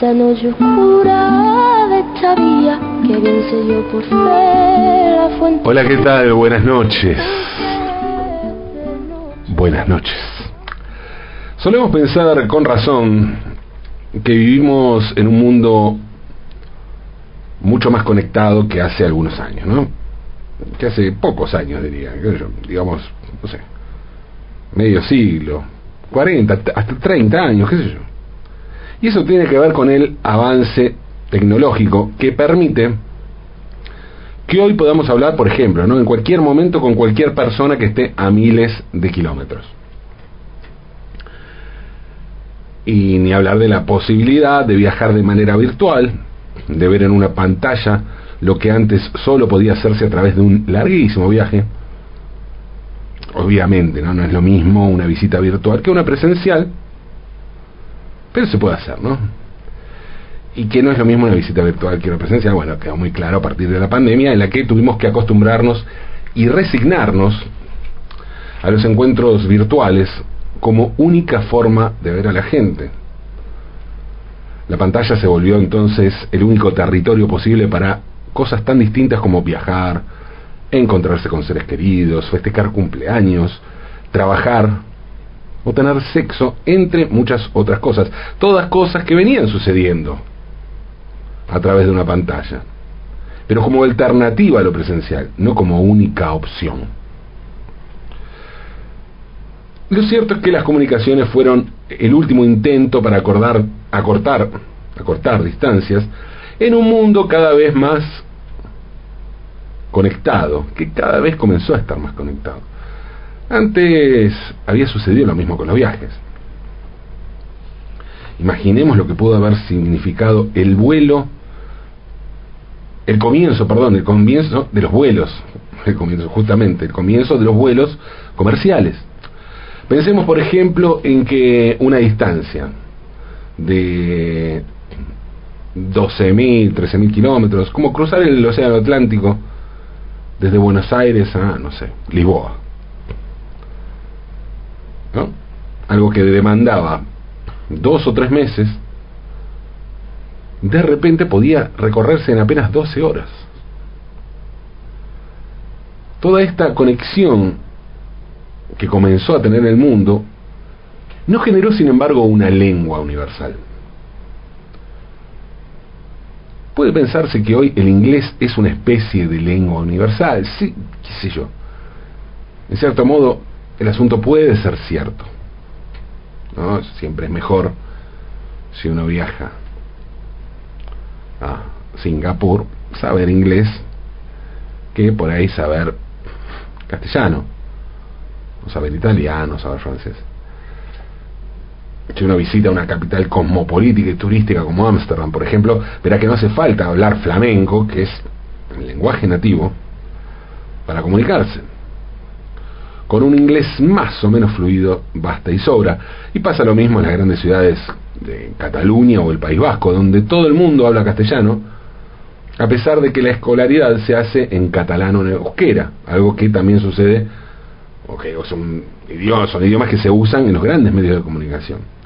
esta noche oscura de esta vía, que bien sé yo por fe la fuente. Hola, ¿qué tal? Buenas noches. Buenas noches. Solemos pensar con razón que vivimos en un mundo mucho más conectado que hace algunos años, ¿no? Que hace pocos años, diría, digamos, no sé, medio siglo, 40, hasta 30 años, qué sé yo. Y eso tiene que ver con el avance tecnológico que permite que hoy podamos hablar, por ejemplo, ¿no?, en cualquier momento con cualquier persona que esté a miles de kilómetros. Y ni hablar de la posibilidad de viajar de manera virtual, de ver en una pantalla lo que antes solo podía hacerse a través de un larguísimo viaje. Obviamente, no es lo mismo una visita virtual que una presencial, pero se puede hacer, ¿no? Y que no es lo mismo una visita virtual que una presencial, bueno, quedó muy claro a partir de la pandemia, en la que tuvimos que acostumbrarnos y resignarnos a los encuentros virtuales como única forma de ver a la gente. La pantalla se volvió entonces el único territorio posible para cosas tan distintas como viajar, encontrarse con seres queridos, festejar cumpleaños, trabajar o tener sexo, entre muchas otras cosas. Todas cosas que venían sucediendo a través de una pantalla, pero como alternativa a lo presencial, no como única opción. Lo cierto es que las comunicaciones fueron el último intento para acortar distancias en un mundo cada vez más conectado, que cada vez comenzó a estar más conectado. Antes había sucedido lo mismo con los viajes. Imaginemos lo que pudo haber significado el comienzo de los vuelos, el comienzo de los vuelos comerciales. Pensemos, por ejemplo, en que una distancia de 12.000, 13.000 kilómetros, como cruzar el océano Atlántico desde Buenos Aires a, no sé, Lisboa, ¿no? Algo que demandaba 2 o 3 meses, de repente podía recorrerse en apenas 12 horas. Toda esta conexión que comenzó a tener el mundo no generó, sin embargo, una lengua universal. Puede pensarse que hoy el inglés es una especie de lengua universal, sí, qué sé yo. En cierto modo, el asunto puede ser cierto, ¿no? Siempre es mejor, si uno viaja a Singapur, saber inglés que por ahí saber castellano, o saber italiano, saber francés. Si uno visita una capital cosmopolita y turística como Ámsterdam, por ejemplo, verá que no hace falta hablar flamenco, que es el lenguaje nativo, para comunicarse. Con un inglés más o menos fluido basta y sobra. Y pasa lo mismo en las grandes ciudades de Cataluña o el País Vasco, donde todo el mundo habla castellano, a pesar de que la escolaridad se hace en catalán o en euskera, algo que también sucede, son idiomas que se usan en los grandes medios de comunicación.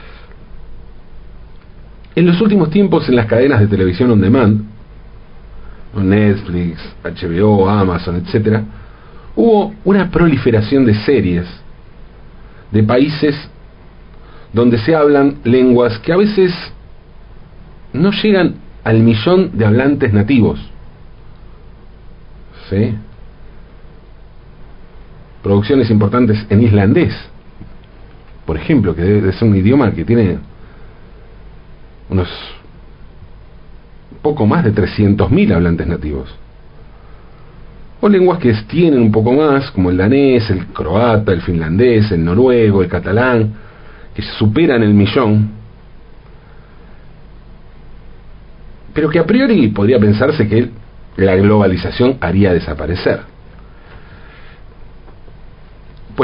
En los últimos tiempos, en las cadenas de televisión on demand, Netflix, HBO, Amazon, etc., hubo una proliferación de series de países donde se hablan lenguas que a veces no llegan al 1.000.000 de hablantes nativos. ¿Sí? Producciones importantes en islandés, por ejemplo, que debe de ser un idioma que tiene unos poco más de 300.000 hablantes nativos. O lenguas que tienen un poco más, como el danés, el croata, el finlandés, el noruego, el catalán, que superan el 1.000.000, pero que a priori podría pensarse que la globalización haría desaparecer. Pues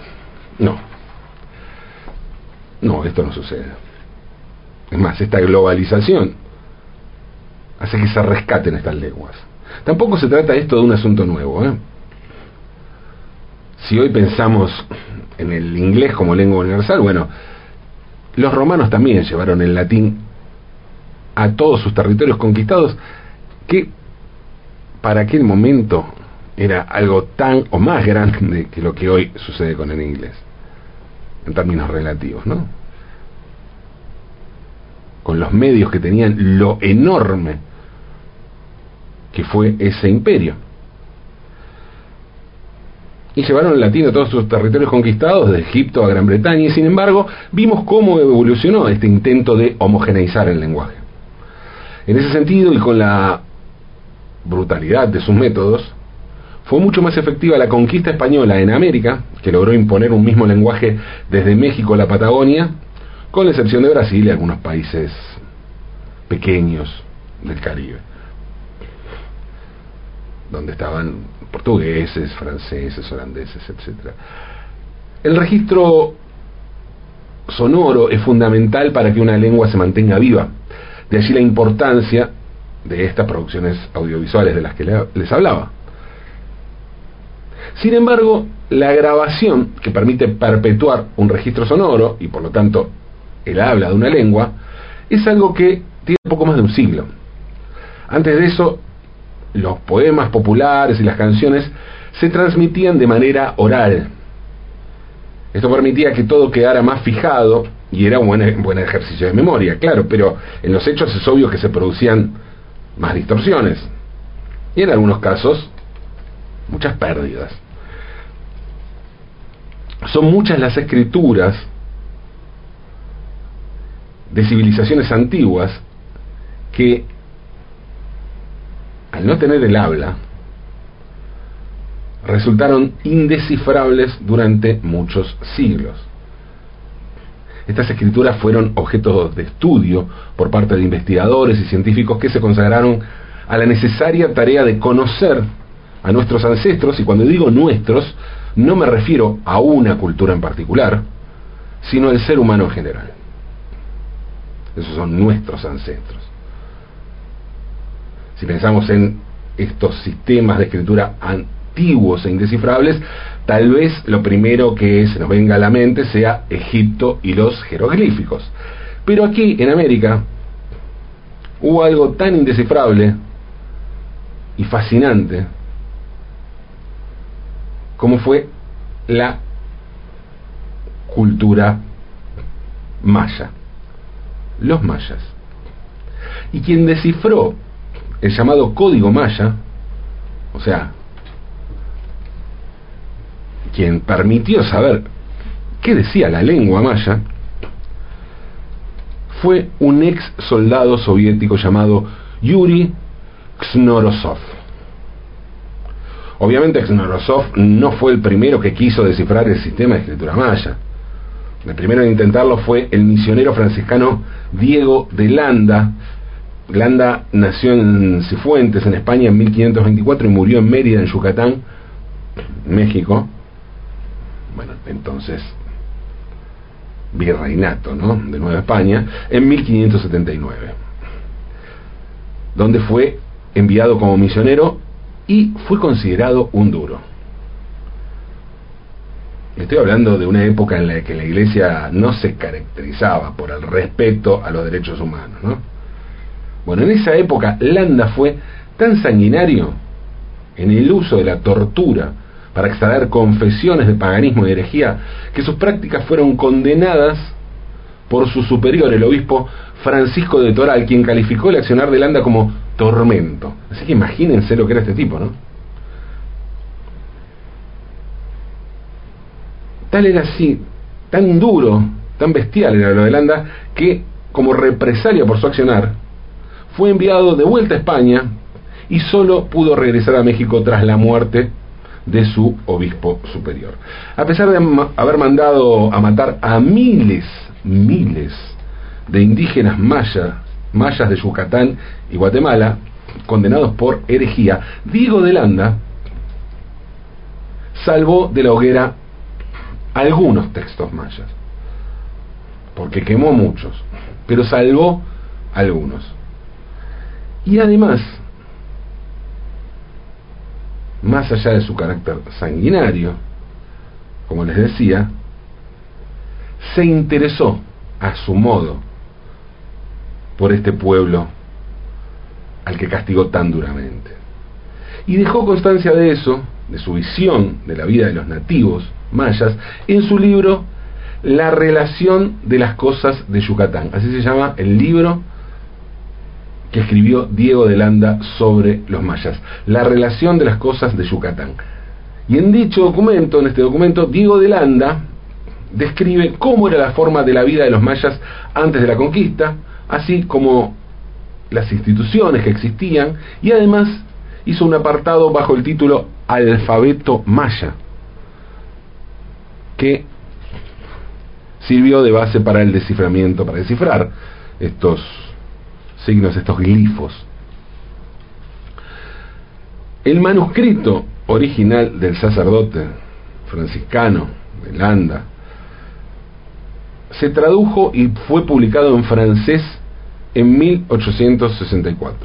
no, esto no sucede. Es más, esta globalización hace que se rescaten estas lenguas. Tampoco se trata esto de un asunto nuevo, ¿eh? Si hoy pensamos en el inglés como lengua universal, bueno, los romanos también llevaron el latín a todos sus territorios conquistados, que para aquel momento era algo tan o más grande que lo que hoy sucede con el inglés, en términos relativos, ¿no? Con los medios que tenían, lo enorme que fue ese imperio. Y llevaron el latín a todos sus territorios conquistados, de Egipto a Gran Bretaña, y sin embargo vimos cómo evolucionó este intento de homogeneizar el lenguaje. En ese sentido, y con la brutalidad de sus métodos, fue mucho más efectiva la conquista española en América, que logró imponer un mismo lenguaje desde México a la Patagonia, con la excepción de Brasil y algunos países pequeños del Caribe, donde estaban portugueses, franceses, holandeses, etc. El registro sonoro es fundamental para que una lengua se mantenga viva. De allí la importancia de estas producciones audiovisuales de las que les hablaba. Sin embargo, la grabación, que permite perpetuar un registro sonoro, y por lo tanto el habla de una lengua, es algo que tiene poco más de un siglo. Antes de eso, los poemas populares y las canciones se transmitían de manera oral. Esto permitía que todo quedara más fijado y era un buen ejercicio de memoria, claro, pero en los hechos es obvio que se producían más distorsiones y en algunos casos muchas pérdidas. Son muchas las escrituras de civilizaciones antiguas que, al no tener el habla, resultaron indescifrables durante muchos siglos. Estas escrituras fueron objeto de estudio por parte de investigadores y científicos que se consagraron a la necesaria tarea de conocer a nuestros ancestros, y cuando digo nuestros, no me refiero a una cultura en particular, sino al ser humano en general. Esos son nuestros ancestros. Si pensamos en estos sistemas de escritura antiguos e indescifrables, tal vez lo primero que se nos venga a la mente sea Egipto y los jeroglíficos. Pero aquí, en América, hubo algo tan indescifrable y fascinante como fue la cultura maya, los mayas. Y quien descifró el llamado código maya, o sea, quien permitió saber qué decía la lengua maya, fue un ex soldado soviético llamado Yuri Knorosov. Obviamente Knorosov no fue el primero que quiso descifrar el sistema de escritura maya. El primero en intentarlo fue el misionero franciscano Diego de Landa. Landa nació en Cifuentes, en España, en 1524 y murió en Mérida, en Yucatán, México. Bueno, entonces virreinato, ¿no?, de Nueva España, en 1579, donde fue enviado como misionero y fue considerado un duro. Estoy hablando de una época en la que la Iglesia no se caracterizaba por el respeto a los derechos humanos, ¿no? Bueno, en esa época Landa fue tan sanguinario en el uso de la tortura para extraer confesiones de paganismo y herejía, que sus prácticas fueron condenadas por su superior, el obispo Francisco de Toral, quien calificó el accionar de Landa como tormento. Así que imagínense lo que era este tipo, ¿no? Tal era así, tan duro, tan bestial era lo de Landa, que como represalia por su accionar, fue enviado de vuelta a España y solo pudo regresar a México tras la muerte de su obispo superior. A pesar de haber mandado a matar a miles de indígenas mayas de Yucatán y Guatemala, condenados por herejía, Diego de Landa salvó de la hoguera algunos textos mayas, porque quemó muchos, pero salvó algunos. Y además, más allá de su carácter sanguinario, como les decía, se interesó a su modo por este pueblo al que castigó tan duramente. Y dejó constancia de eso, de su visión de la vida de los nativos mayas, en su libro La relación de las cosas de Yucatán. Así se llama el libro que escribió Diego de Landa sobre los mayas, La relación de las cosas de Yucatán. Y en dicho documento, en este documento, Diego de Landa describe cómo era la forma de la vida de los mayas antes de la conquista, así como las instituciones que existían, y además hizo un apartado bajo el título Alfabeto Maya, que sirvió de base para el desciframiento, para descifrar estos signos, estos glifos. El manuscrito original del sacerdote franciscano de Landa se tradujo y fue publicado en francés en 1864.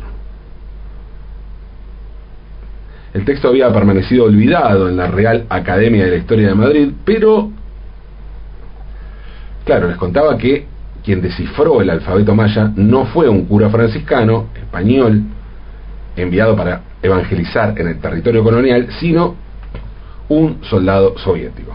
El texto había permanecido olvidado en la Real Academia de la Historia de Madrid, pero claro, les contaba que quien descifró el alfabeto maya no fue un cura franciscano español enviado para evangelizar en el territorio colonial, sino un soldado soviético.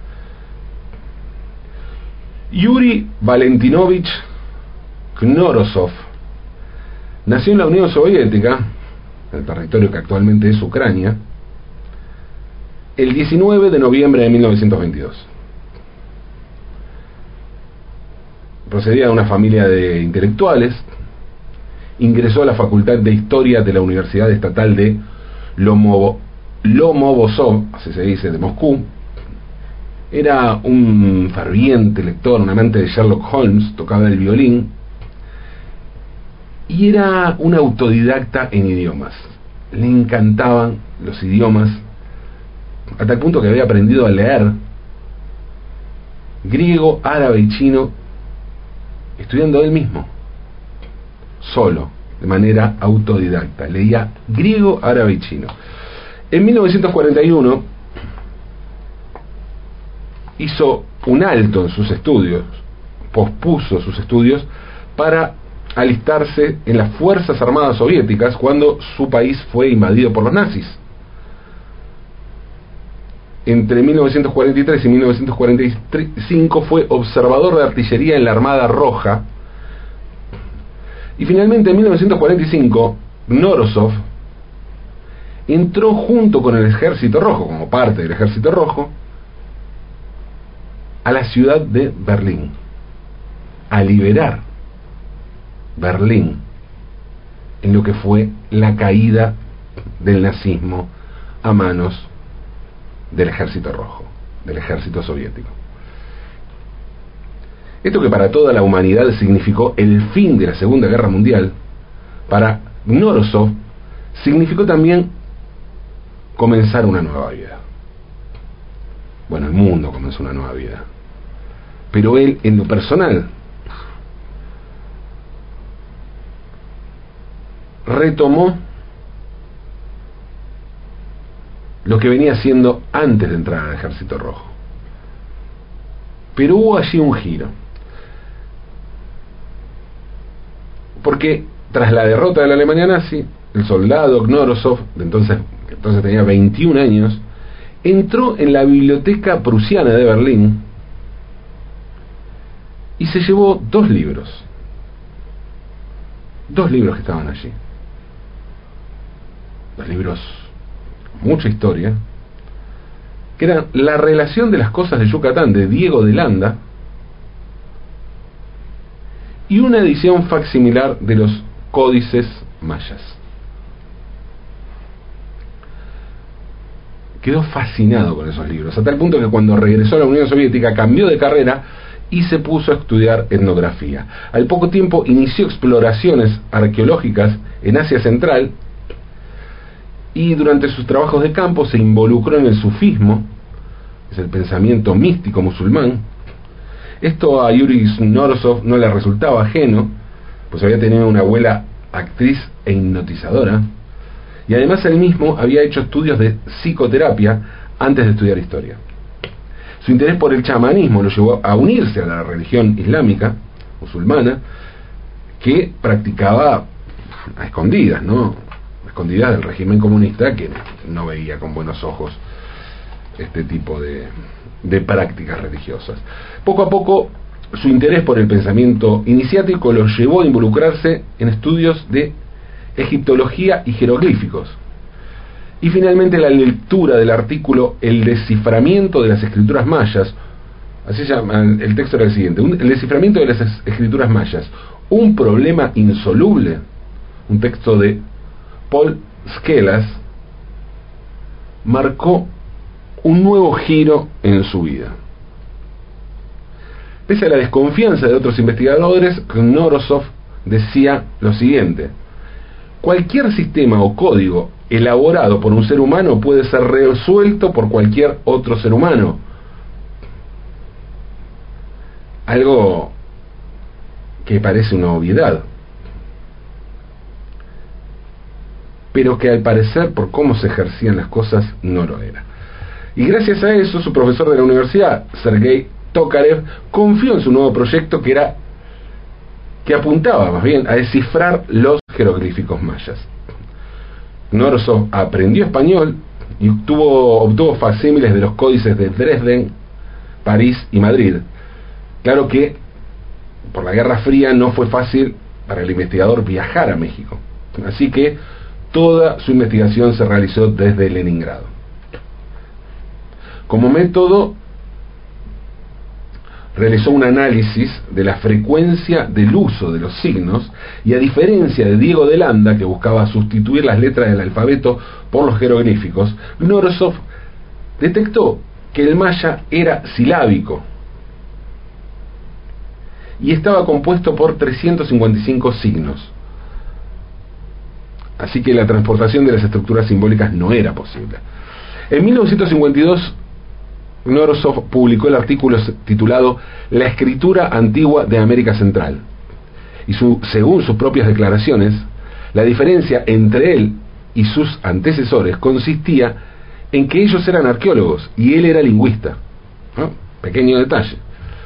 Yuri Valentinovich Knorosov nació en la Unión Soviética, el territorio que actualmente es Ucrania, el 19 de noviembre de 1922. Procedía de una familia de intelectuales, ingresó a la Facultad de Historia de la Universidad Estatal de Lomonosov, así se dice, de Moscú. Era un ferviente lector, un amante de Sherlock Holmes, tocaba el violín y era un autodidacta en idiomas. Le encantaban los idiomas, a tal punto que había aprendido a leer griego, árabe y chino estudiando él mismo, solo, de manera autodidacta. Leía griego, árabe y chino. En 1941 hizo un alto en sus estudios, pospuso sus estudios para alistarse en las Fuerzas Armadas Soviéticas cuando su país fue invadido por los nazis. Entre 1943 y 1945 fue observador de artillería en la Armada Roja. Y finalmente en 1945 Knorosov entró junto con el Ejército Rojo, como parte del Ejército Rojo, a la ciudad de Berlín, a liberar Berlín en lo que fue la caída del nazismo a manos del Ejército Rojo, del Ejército Soviético. Esto, que para toda la humanidad significó el fin de la Segunda Guerra Mundial, para Knorosov significó también comenzar una nueva vida. Bueno, el mundo comenzó una nueva vida, pero él, en lo personal, retomó lo que venía haciendo antes de entrar al Ejército Rojo. Pero hubo allí un giro, porque tras la derrota de la Alemania nazi, el soldado Knorosov, entonces tenía 21 años, entró en la biblioteca prusiana de Berlín y se llevó dos libros que estaban allí, dos libros, mucha historia, que eran La relación de las cosas de Yucatán, de Diego de Landa, y una edición facsimilar de los Códices Mayas. Quedó fascinado con esos libros, a tal punto que cuando regresó a la Unión Soviética cambió de carrera y se puso a estudiar etnografía. Al poco tiempo inició exploraciones arqueológicas en Asia Central, y durante sus trabajos de campo se involucró en el sufismo, es el pensamiento místico musulmán. Esto a Yuri Knorosov no le resultaba ajeno, pues había tenido una abuela actriz e hipnotizadora, y además él mismo había hecho estudios de psicoterapia antes de estudiar historia. Su interés por el chamanismo lo llevó a unirse a la religión islámica, musulmana, que practicaba a escondidas, ¿no? A escondidas del régimen comunista, que no veía con buenos ojos este tipo de prácticas religiosas. Poco a poco, su interés por el pensamiento iniciático lo llevó a involucrarse en estudios de egiptología y jeroglíficos. Y finalmente la lectura del artículo El desciframiento de las escrituras mayas, así se llama, el texto era el siguiente: el desciframiento de las escrituras mayas, un problema insoluble, un texto de Paul Skelas, marcó un nuevo giro en su vida. Pese a la desconfianza de otros investigadores, Knorosov decía lo siguiente: cualquier sistema o código elaborado por un ser humano puede ser resuelto por cualquier otro ser humano. Algo que parece una obviedad, pero que al parecer, por cómo se ejercían las cosas, no lo era. Y gracias a eso, su profesor de la universidad, Sergei Tokarev, confió en su nuevo proyecto, que apuntaba más bien a descifrar los jeroglíficos mayas. Knorosov aprendió español y obtuvo facsímiles de los códices de Dresden, París y Madrid. Claro que por la Guerra Fría no fue fácil para el investigador viajar a México, así que toda su investigación se realizó desde Leningrado. Como método, realizó un análisis de la frecuencia del uso de los signos, y a diferencia de Diego de Landa, que buscaba sustituir las letras del alfabeto por los jeroglíficos, Knorosov detectó que el maya era silábico y estaba compuesto por 355 signos. Así que la transportación de las estructuras simbólicas no era posible. En 1952, Knorosov publicó el artículo titulado La escritura antigua de América Central. Y según sus propias declaraciones, la diferencia entre él y sus antecesores consistía en que ellos eran arqueólogos y él era lingüista, ¿no? Pequeño detalle.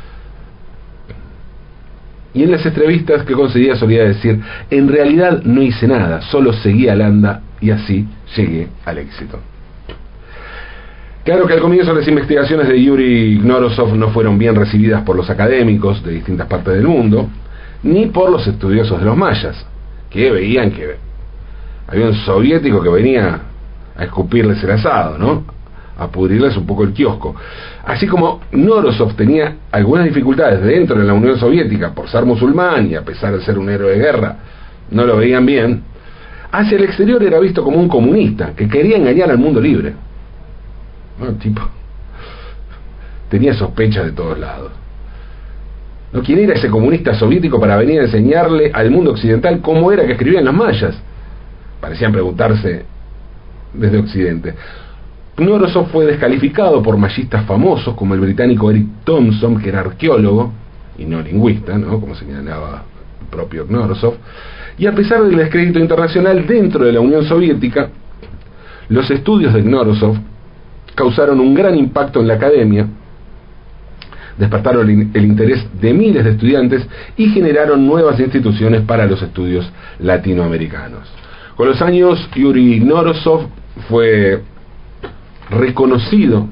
Y en las entrevistas que concedía solía decir: en realidad no hice nada, solo seguí a Landa y así llegué al éxito. Claro que al comienzo las investigaciones de Yuri Knorosov no fueron bien recibidas por los académicos de distintas partes del mundo, ni por los estudiosos de los mayas, que veían que había un soviético que venía a escupirles el asado, ¿no? A pudrirles un poco el kiosco. Así como Knorosov tenía algunas dificultades dentro de la Unión Soviética por ser musulmán y a pesar de ser un héroe de guerra, no lo veían bien, hacia el exterior era visto como un comunista que quería engañar al mundo libre. ¿No? Tipo, tenía sospechas de todos lados. ¿No? ¿Quién era ese comunista soviético para venir a enseñarle al mundo occidental cómo era que escribían los mayas? Parecían preguntarse desde Occidente. Knorosov fue descalificado por mayistas famosos como el británico Eric Thompson, que era arqueólogo y no lingüista, ¿no? Como señalaba el propio Knorosov. Y a pesar del descrédito internacional dentro de la Unión Soviética, los estudios de Knorosov causaron un gran impacto en la academia, despertaron el interés de miles de estudiantes y generaron nuevas instituciones para los estudios latinoamericanos. Con los años, Yuri Knorosov fue reconocido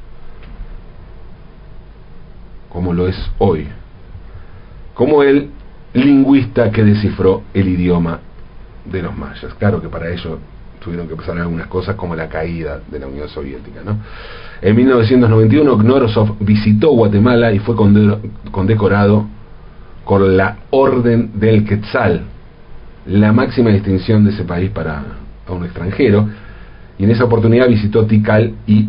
como lo es hoy, como el lingüista que descifró el idioma de los mayas. Claro que para ello tuvieron que pasar algunas cosas como la caída de la Unión Soviética, ¿no? En 1991 Knorosov visitó Guatemala y fue condecorado con la Orden del Quetzal, la máxima distinción de ese país para un extranjero, y en esa oportunidad visitó Tikal y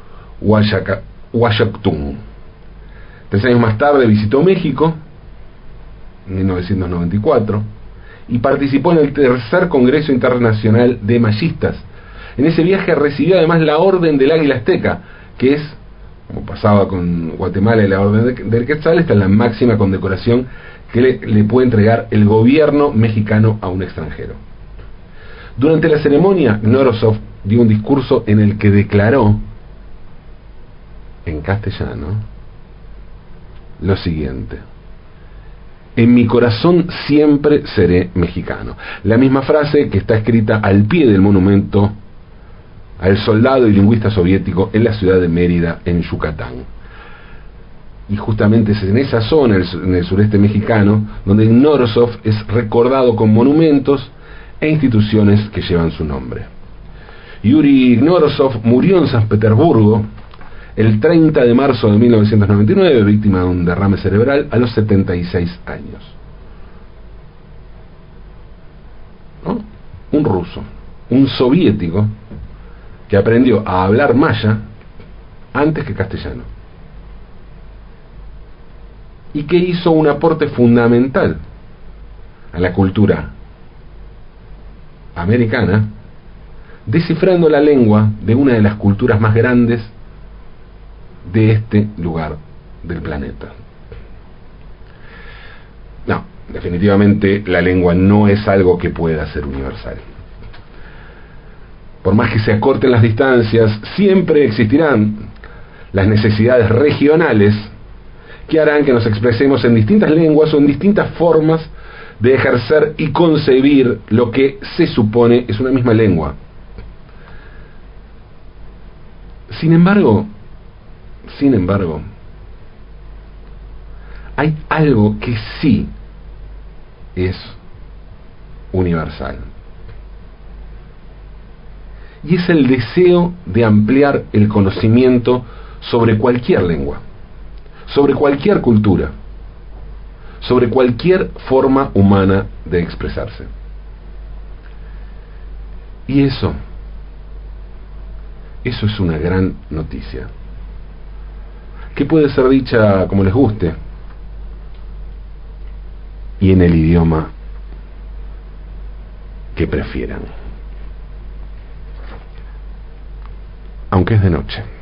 Huayactún. 3 años más tarde visitó México, en 1994, y participó en el tercer Congreso Internacional de Mayistas. En ese viaje recibió además la Orden del Águila Azteca, que es, como pasaba con Guatemala y la Orden del Quetzal, esta es la máxima condecoración que le puede entregar el gobierno mexicano a un extranjero. Durante la ceremonia, Knorosov dio un discurso en el que declaró, en castellano, lo siguiente: En mi corazón siempre seré mexicano. La misma frase que está escrita al pie del monumento al soldado y lingüista soviético en la ciudad de Mérida, en Yucatán. Y justamente es en esa zona, en el sureste mexicano, donde Knorosov es recordado con monumentos e instituciones que llevan su nombre. Yuri Knorosov murió en San Petersburgo el 30 de marzo de 1999, víctima de un derrame cerebral a los 76 años. ¿No? Un ruso, un soviético, que aprendió a hablar maya antes que castellano, y que hizo un aporte fundamental a la cultura americana, descifrando la lengua de una de las culturas más grandes de este lugar del planeta. No, definitivamente la lengua no es algo que pueda ser universal. Por más que se acorten las distancias, siempre existirán las necesidades regionales que harán que nos expresemos en distintas lenguas o en distintas formas de ejercer y concebir lo que se supone es una misma lengua. Sin embargo, hay algo que sí es universal. Y es el deseo de ampliar el conocimiento sobre cualquier lengua, sobre cualquier cultura, sobre cualquier forma humana de expresarse. Y eso es una gran noticia, que puede ser dicha como les guste y en el idioma que prefieran, aunque es de noche.